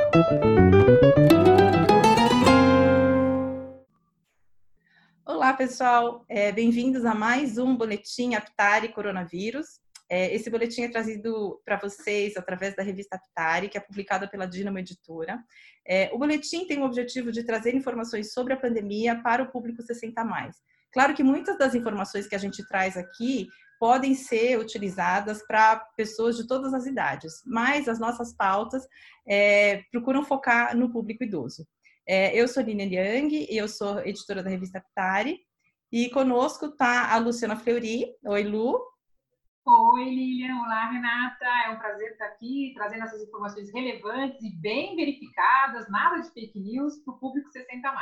Olá, pessoal. Bem-vindos a mais um Boletim Aptari Coronavírus. Esse boletim é trazido para vocês através da revista Aptari, que é publicada pela Dínamo Editora. O boletim tem o objetivo de trazer informações sobre a pandemia para o público 60+. Claro que muitas das informações que a gente traz aqui podem ser utilizadas para pessoas de todas as idades, mas as nossas pautas procuram focar no público idoso. Eu sou Lina Liang e eu sou editora da revista Aptari. E conosco está a Luciana Fleury. Oi, Lu. Oi, Lilian. Olá, Renata. É um prazer estar aqui trazendo essas informações relevantes e bem verificadas, nada de fake news, para o público 60+.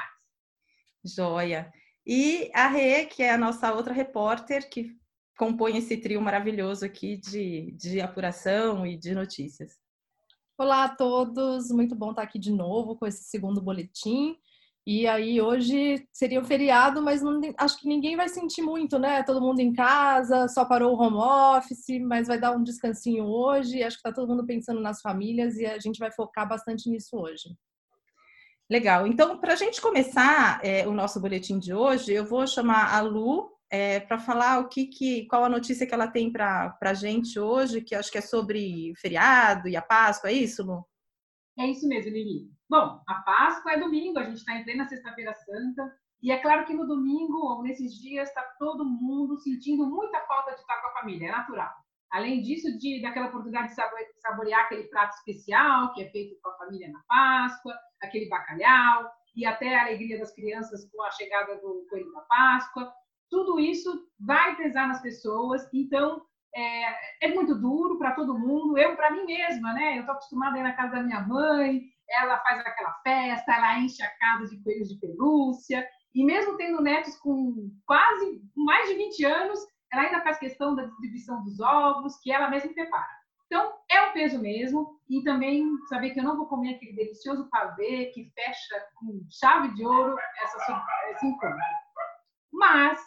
Joia. E a Rê, que é a nossa outra repórter, que compõe esse trio maravilhoso aqui de apuração e de notícias. Olá a todos, muito bom estar aqui de novo com esse segundo boletim. E aí hoje seria o feriado, mas acho que ninguém vai sentir muito, né? Todo mundo em casa, só parou o home office, mas vai dar um descansinho hoje. Acho que está todo mundo pensando nas famílias e a gente vai focar bastante nisso hoje. Legal. Então, para a gente começar o nosso boletim de hoje, eu vou chamar a Lu para falar qual a notícia que ela tem para a gente hoje, que acho que é sobre feriado e a Páscoa, é isso, Lu? É isso mesmo, Lili. Bom, a Páscoa é domingo, a gente está em plena Sexta-feira Santa, e é claro que no domingo, ou nesses dias, está todo mundo sentindo muita falta de estar com a família, é natural. Além disso, daquela oportunidade de saborear aquele prato especial que é feito com a família na Páscoa, aquele bacalhau, e até a alegria das crianças com a chegada do coelho da Páscoa. Tudo isso vai pesar nas pessoas, então é muito duro para todo mundo. Para mim mesma, né? Eu estou acostumada a ir na casa da minha mãe, ela faz aquela festa, ela enche a casa de coelhos de pelúcia, e mesmo tendo netos com mais de 20 anos, ela ainda faz questão da distribuição dos ovos, que ela mesma prepara. Então, é um peso mesmo, e também saber que eu não vou comer aquele delicioso pavê que fecha com chave de ouro esse encontro. Mas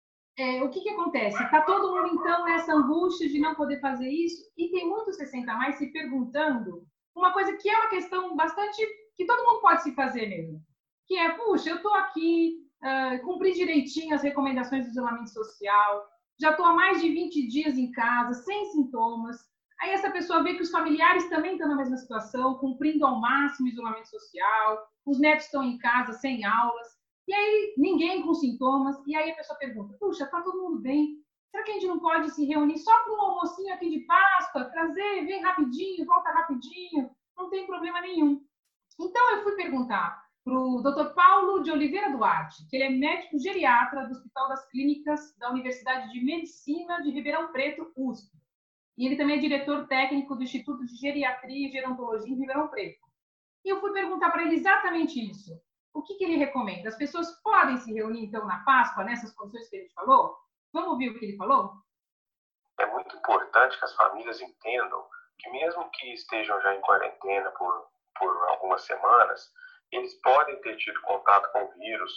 o que acontece? Está todo mundo, então, nessa angústia de não poder fazer isso, e tem muitos 60+ se perguntando uma coisa que é uma questão bastante que todo mundo pode se fazer mesmo, que é, puxa, eu estou aqui, cumpri direitinho as recomendações do isolamento social, já estou há mais de 20 dias em casa, sem sintomas. Aí essa pessoa vê que os familiares também estão na mesma situação, cumprindo ao máximo o isolamento social, os netos estão em casa, sem aulas, e aí ninguém com sintomas, e aí a pessoa pergunta, puxa, está todo mundo bem? Será que a gente não pode se reunir só para um almocinho aqui de Páscoa, trazer, vem rapidinho, volta rapidinho, não tem problema nenhum. Então eu fui perguntar para o Dr. Paulo de Oliveira Duarte, que ele é médico geriatra do Hospital das Clínicas da Universidade de Medicina de Ribeirão Preto, USP. E ele também é diretor técnico do Instituto de Geriatria e Gerontologia em Ribeirão Preto. E eu fui perguntar para ele exatamente isso. O que ele recomenda? As pessoas podem se reunir, então, na Páscoa, nessas condições que ele falou? Vamos ouvir o que ele falou? É muito importante que as famílias entendam que mesmo que estejam já em quarentena por algumas semanas, eles podem ter tido contato com o vírus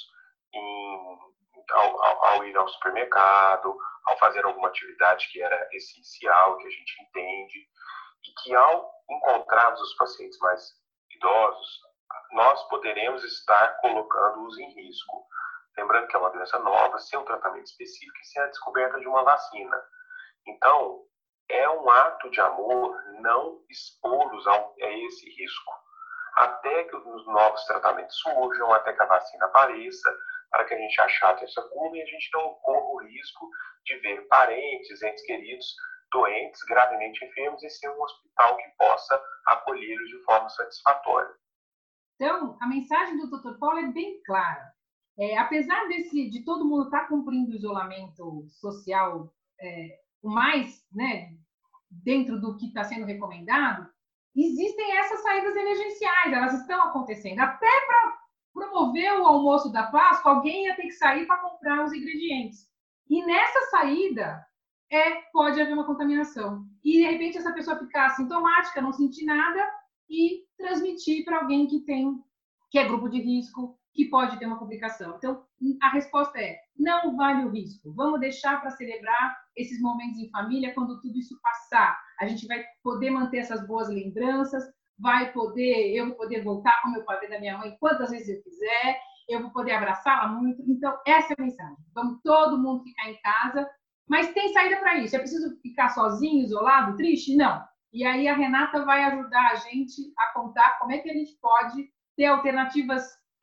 ao ir ao supermercado, ao fazer alguma atividade que era essencial, que a gente entende, e que ao encontrarmos os pacientes mais idosos, nós poderemos estar colocando-os em risco. Lembrando que é uma doença nova, sem um tratamento específico e sem a descoberta de uma vacina. Então, é um ato de amor não expô-los a esse risco. Até que os novos tratamentos surjam, até que a vacina apareça, para que a gente achate essa cura e a gente não corra o risco de ver parentes, entes queridos, doentes, gravemente enfermos e ser um hospital que possa acolhê-los de forma satisfatória. Então, a mensagem do Dr. Paulo é bem clara. Apesar de todo mundo estar cumprindo o isolamento social o mais, né, dentro do que está sendo recomendado, existem essas saídas emergenciais, elas estão acontecendo. Até para promover o almoço da Páscoa, alguém ia ter que sair para comprar os ingredientes. E nessa saída, pode haver uma contaminação. E, de repente, essa pessoa ficar assintomática, não sentir nada e transmitir para alguém que é grupo de risco, que pode ter uma complicação. Então, a resposta é, não vale o risco. Vamos deixar para celebrar esses momentos em família quando tudo isso passar. A gente vai poder manter essas boas lembranças, eu vou poder voltar com meu padrinho da minha mãe quantas vezes eu quiser, eu vou poder abraçá-la muito. Então, essa é a mensagem. Vamos todo mundo ficar em casa, mas tem saída para isso. É preciso ficar sozinho, isolado, triste? Não. E aí a Renata vai ajudar a gente a contar como é que a gente pode ter alternativas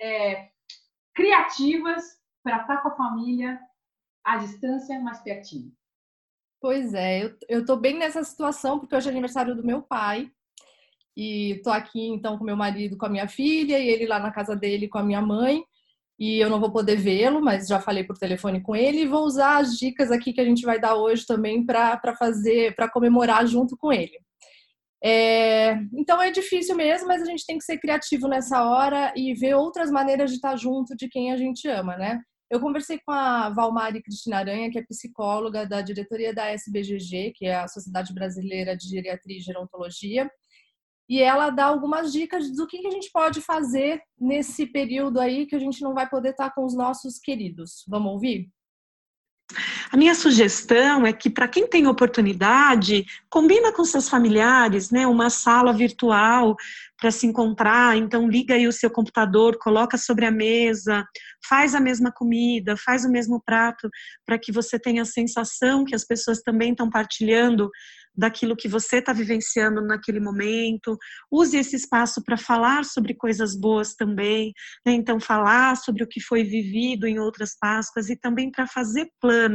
criativas para estar com a família à distância, mais pertinho. Pois é, eu tô bem nessa situação, porque hoje é aniversário do meu pai. E tô aqui, então, com meu marido, com a minha filha, e ele lá na casa dele com a minha mãe. E eu não vou poder vê-lo, mas já falei por telefone com ele. E vou usar as dicas aqui que a gente vai dar hoje também para comemorar junto com ele. Então é difícil mesmo, mas a gente tem que ser criativo nessa hora e ver outras maneiras de estar junto de quem a gente ama, né? Eu conversei com a Valmari Cristina Aranha, que é psicóloga da diretoria da SBGG, que é a Sociedade Brasileira de Geriatria e Gerontologia, e ela dá algumas dicas do que a gente pode fazer nesse período aí que a gente não vai poder estar com os nossos queridos. Vamos ouvir? A minha sugestão é que, para quem tem oportunidade, combina com seus familiares, né, uma sala virtual para se encontrar. Então, liga aí o seu computador, coloca sobre a mesa, faz a mesma comida, faz o mesmo prato, para que você tenha a sensação que as pessoas também estão partilhando daquilo que você está vivenciando naquele momento. Use esse espaço para falar sobre coisas boas também, né? Então falar sobre o que foi vivido em outras Páscoas e também para fazer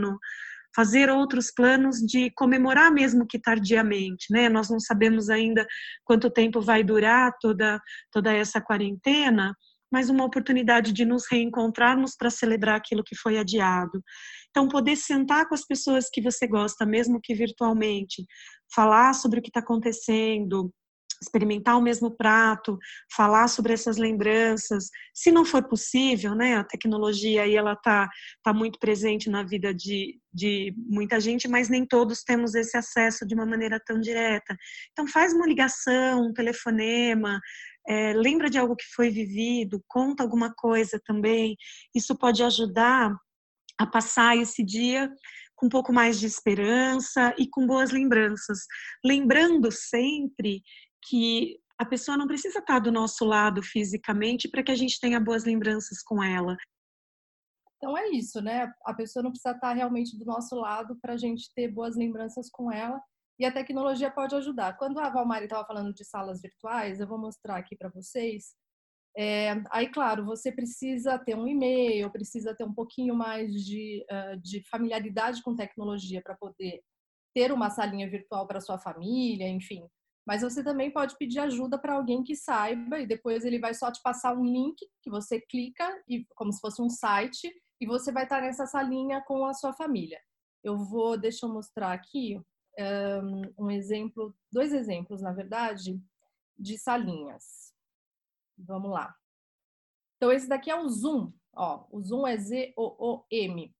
outros planos de comemorar mesmo que tardiamente, né? Nós não sabemos ainda quanto tempo vai durar toda essa quarentena, mas uma oportunidade de nos reencontrarmos para celebrar aquilo que foi adiado. Então, poder sentar com as pessoas que você gosta, mesmo que virtualmente, falar sobre o que está acontecendo, experimentar o mesmo prato, falar sobre essas lembranças. Se não for possível, né, a tecnologia aí ela tá muito presente na vida de muita gente, mas nem todos temos esse acesso de uma maneira tão direta. Então faz uma ligação, um telefonema, lembra de algo que foi vivido, conta alguma coisa também. Isso pode ajudar a passar esse dia com um pouco mais de esperança e com boas lembranças. Lembrando sempre que a pessoa não precisa estar do nosso lado fisicamente para que a gente tenha boas lembranças com ela. Então é isso, né? A pessoa não precisa estar realmente do nosso lado para a gente ter boas lembranças com ela. E a tecnologia pode ajudar. Quando a Valmari estava falando de salas virtuais, eu vou mostrar aqui para vocês. Aí, claro, você precisa ter um e-mail, precisa ter um pouquinho mais de familiaridade com tecnologia para poder ter uma salinha virtual para sua família, enfim. Mas você também pode pedir ajuda para alguém que saiba e depois ele vai só te passar um link que você clica, como se fosse um site, e você vai estar nessa salinha com a sua família. Deixa eu mostrar aqui dois exemplos, na verdade, de salinhas. Vamos lá. Então, esse daqui é o Zoom. Ó, o Zoom é zoom.us.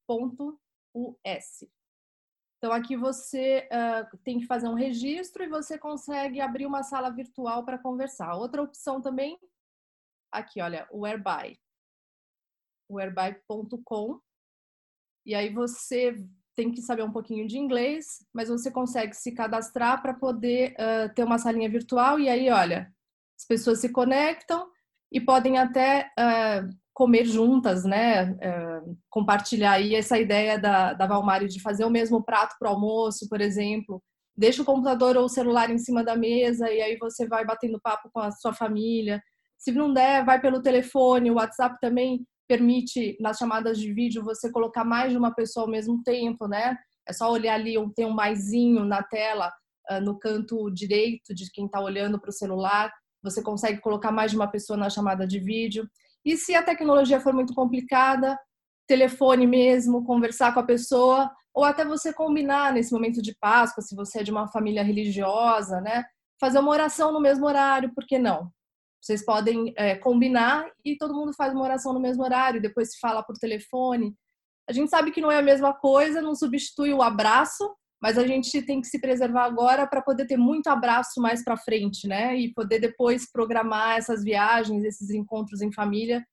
Então, aqui você tem que fazer um registro e você consegue abrir uma sala virtual para conversar. Outra opção também, aqui, olha, o Whereby. Whereby.com. E aí você tem que saber um pouquinho de inglês, mas você consegue se cadastrar para poder ter uma salinha virtual. E aí, olha, as pessoas se conectam e podem até comer juntas, né? Compartilhar aí essa ideia da Valmari de fazer o mesmo prato para o almoço, por exemplo. Deixa o computador ou o celular em cima da mesa e aí você vai batendo papo com a sua família. Se não der, vai pelo telefone. O WhatsApp também permite, nas chamadas de vídeo, você colocar mais de uma pessoa ao mesmo tempo, né? É só olhar ali, tem um maisinho na tela, no canto direito de quem está olhando para o celular. Você consegue colocar mais de uma pessoa na chamada de vídeo. E se a tecnologia for muito complicada, telefone mesmo, conversar com a pessoa, ou até você combinar nesse momento de Páscoa, se você é de uma família religiosa, né? Fazer uma oração no mesmo horário, por que não? Vocês podem combinar e todo mundo faz uma oração no mesmo horário, depois se fala por telefone. A gente sabe que não é a mesma coisa, não substitui o abraço, mas a gente tem que se preservar agora para poder ter muito abraço mais para frente, né? E poder depois programar essas viagens, esses encontros em família,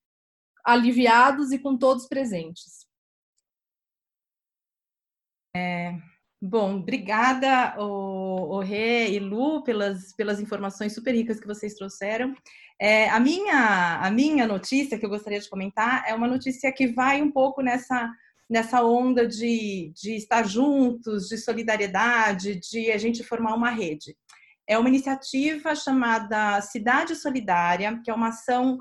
aliviados e com todos presentes. Bom, obrigada, o Rê e Lu, pelas informações super ricas que vocês trouxeram. A minha notícia que eu gostaria de comentar é uma notícia que vai um pouco nessa onda de estar juntos, de solidariedade, de a gente formar uma rede. É uma iniciativa chamada Cidade Solidária, que é uma ação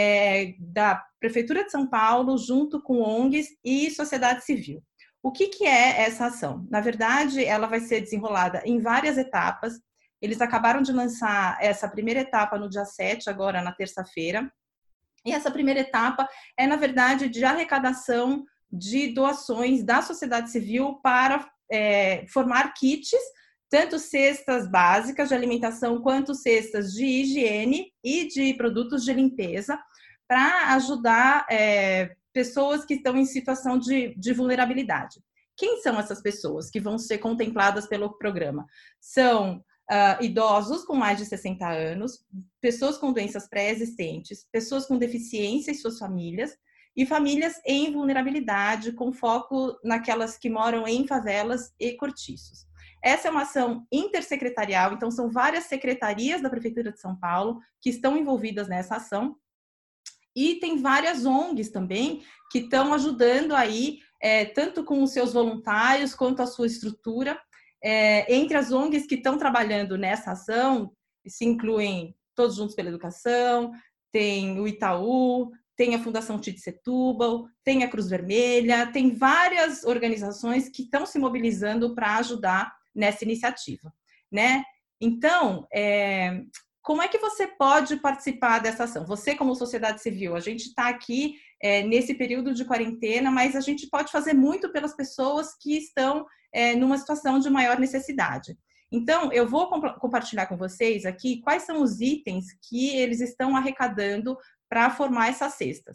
da Prefeitura de São Paulo, junto com ONGs e sociedade civil. O que é essa ação? Na verdade, ela vai ser desenrolada em várias etapas. Eles acabaram de lançar essa primeira etapa no dia 7, agora na terça-feira. E essa primeira etapa é, na verdade, de arrecadação de doações da sociedade civil para formar kits, tanto cestas básicas de alimentação quanto cestas de higiene e de produtos de limpeza, para ajudar pessoas que estão em situação de vulnerabilidade. Quem são essas pessoas que vão ser contempladas pelo programa? São idosos com mais de 60 anos, pessoas com doenças pré-existentes, pessoas com deficiência e suas famílias, e famílias em vulnerabilidade, com foco naquelas que moram em favelas e cortiços. Essa é uma ação intersecretarial, então são várias secretarias da Prefeitura de São Paulo que estão envolvidas nessa ação, e tem várias ONGs também que estão ajudando aí, tanto com os seus voluntários quanto a sua estrutura. Entre as ONGs que estão trabalhando nessa ação, se incluem Todos Juntos pela Educação, tem o Itaú, tem a Fundação Tite Setúbal, tem a Cruz Vermelha, tem várias organizações que estão se mobilizando para ajudar nessa iniciativa, né? Então, como é que você pode participar dessa ação? Você, como sociedade civil, a gente está aqui nesse período de quarentena, mas a gente pode fazer muito pelas pessoas que estão numa situação de maior necessidade. Então, eu vou compartilhar com vocês aqui quais são os itens que eles estão arrecadando para formar essas cestas.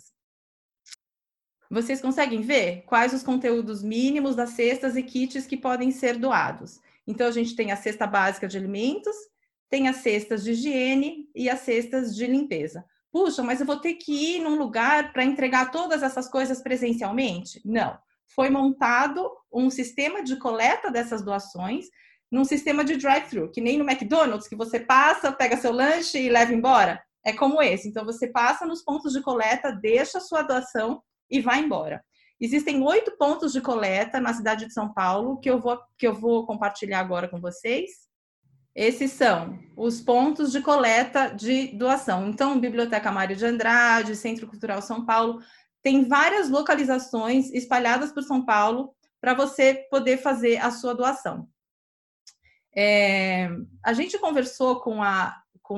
Vocês conseguem ver quais os conteúdos mínimos das cestas e kits que podem ser doados? Então, a gente tem a cesta básica de alimentos, tem as cestas de higiene e as cestas de limpeza. Puxa, mas eu vou ter que ir num lugar para entregar todas essas coisas presencialmente? Não. Foi montado um sistema de coleta dessas doações num sistema de drive-thru, que nem no McDonald's, que você passa, pega seu lanche e leva embora. É como esse. Então, você passa nos pontos de coleta, deixa a sua doação e vai embora. Existem 8 pontos de coleta na cidade de São Paulo que eu vou compartilhar agora com vocês. Esses são os pontos de coleta de doação. Então, Biblioteca Mário de Andrade, Centro Cultural São Paulo, tem várias localizações espalhadas por São Paulo para você poder fazer a sua doação. A gente conversou com a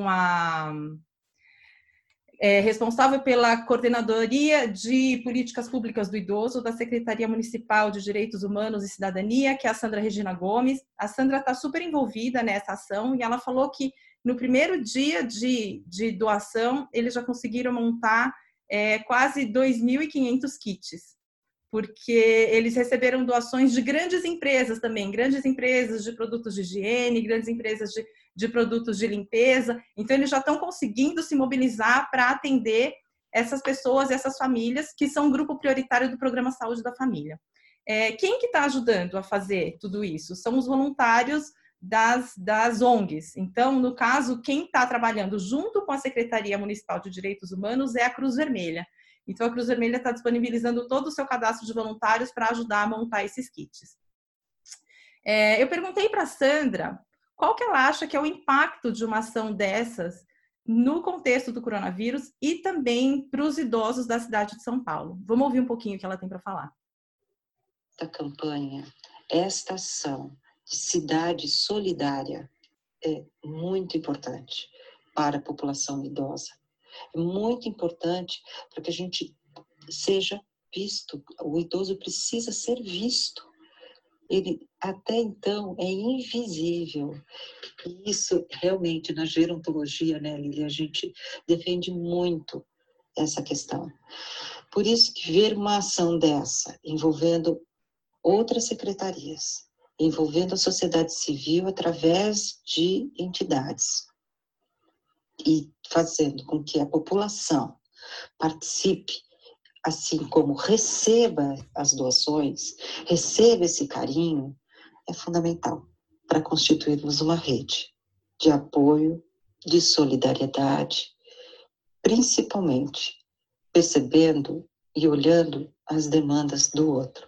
responsável pela Coordenadoria de Políticas Públicas do Idoso da Secretaria Municipal de Direitos Humanos e Cidadania, que é a Sandra Regina Gomes. A Sandra está super envolvida nessa ação e ela falou que no primeiro dia de doação, eles já conseguiram montar quase 2.500 kits, porque eles receberam doações de grandes empresas também, grandes empresas de produtos de higiene, grandes empresas de produtos de limpeza. Então, eles já estão conseguindo se mobilizar para atender essas pessoas e essas famílias que são um grupo prioritário do Programa Saúde da Família. Quem que está ajudando a fazer tudo isso? São os voluntários das ONGs. Então, no caso, quem está trabalhando junto com a Secretaria Municipal de Direitos Humanos é a Cruz Vermelha. Então, a Cruz Vermelha está disponibilizando todo o seu cadastro de voluntários para ajudar a montar esses kits. Eu perguntei para a Sandra qual que ela acha que é o impacto de uma ação dessas no contexto do coronavírus e também para os idosos da cidade de São Paulo. Vamos ouvir um pouquinho o que ela tem para falar. Da campanha, esta ação de cidade solidária é muito importante para a população idosa. É muito importante para que a gente seja visto. O idoso precisa ser visto. Ele, até então, é invisível. E isso, realmente, na gerontologia, né, Lília, a gente defende muito essa questão. Por isso que ver uma ação dessa, envolvendo outras secretarias, envolvendo a sociedade civil através de entidades, e fazendo com que a população participe, assim como receba as doações, receba esse carinho, é fundamental para constituirmos uma rede de apoio, de solidariedade, principalmente percebendo e olhando as demandas do outro.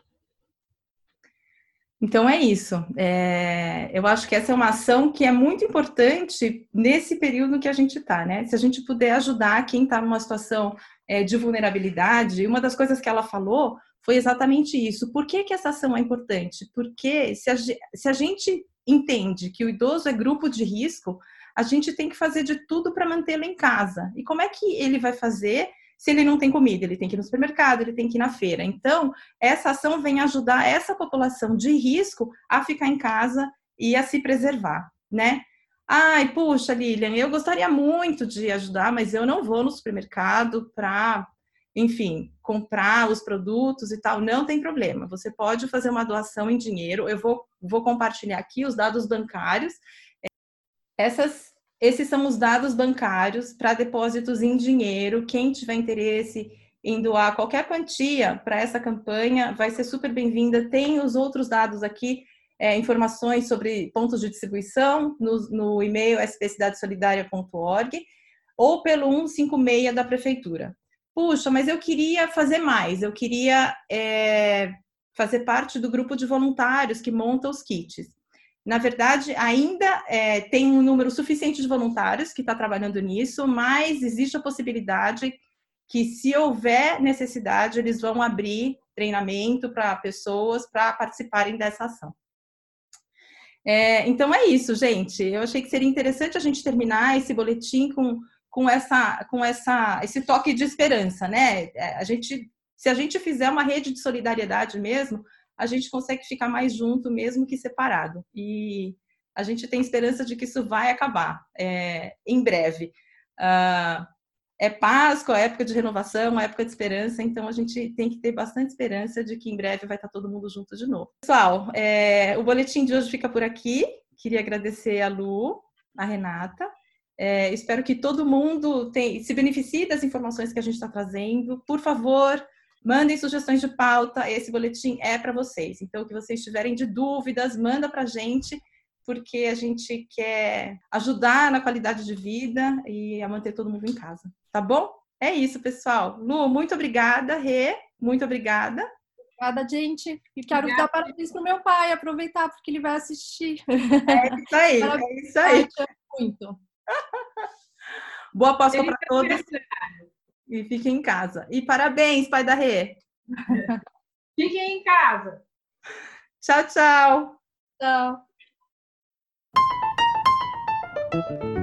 Então é isso. Eu acho que essa é uma ação que é muito importante nesse período que a gente está, né? Se a gente puder ajudar quem está numa situação de vulnerabilidade, uma das coisas que ela falou foi exatamente isso. Por que essa ação é importante? Porque se a gente entende que o idoso é grupo de risco, a gente tem que fazer de tudo para mantê-lo em casa. E como é que ele vai fazer se ele não tem comida? Ele tem que ir no supermercado, ele tem que ir na feira. Então, essa ação vem ajudar essa população de risco a ficar em casa e a se preservar, né? Ai, puxa, Lilian, eu gostaria muito de ajudar, mas eu não vou no supermercado para, enfim, comprar os produtos e tal. Não tem problema. Você pode fazer uma doação em dinheiro. Eu vou compartilhar aqui os dados bancários. Esses são os dados bancários para depósitos em dinheiro. Quem tiver interesse em doar qualquer quantia para essa campanha vai ser super bem-vinda. Tem os outros dados aqui, informações sobre pontos de distribuição no e-mail spcidadesolidaria.org ou pelo 156 da prefeitura. Puxa, mas eu queria fazer mais, eu queria fazer parte do grupo de voluntários que monta os kits. Na verdade, ainda tem um número suficiente de voluntários que está trabalhando nisso, mas existe a possibilidade que, se houver necessidade, eles vão abrir treinamento para pessoas para participarem dessa ação. Então é isso, gente. Eu achei que seria interessante a gente terminar esse boletim com esse toque de esperança, né? Se a gente fizer uma rede de solidariedade mesmo, a gente consegue ficar mais junto, mesmo que separado. E a gente tem esperança de que isso vai acabar em breve. É Páscoa, é época de renovação, é época de esperança, então a gente tem que ter bastante esperança de que em breve vai estar todo mundo junto de novo. Pessoal, o boletim de hoje fica por aqui. Queria agradecer a Lu, a Renata. Espero que todo mundo se beneficie das informações que a gente está trazendo. Por favor, mandem sugestões de pauta, esse boletim é para vocês. Então, o que vocês tiverem de dúvidas, manda para a gente, porque a gente quer ajudar na qualidade de vida e a manter todo mundo em casa. Tá bom? É isso, pessoal. Lu, muito obrigada. Rê, muito obrigada. Obrigada, gente. E quero dar parabéns pro meu pai, aproveitar, porque ele vai assistir. É isso aí, é isso aí. Muito. Boa Páscoa para todos. E fiquem em casa. E parabéns, pai da Rê. Fiquem em casa. Tchau, tchau. Tchau.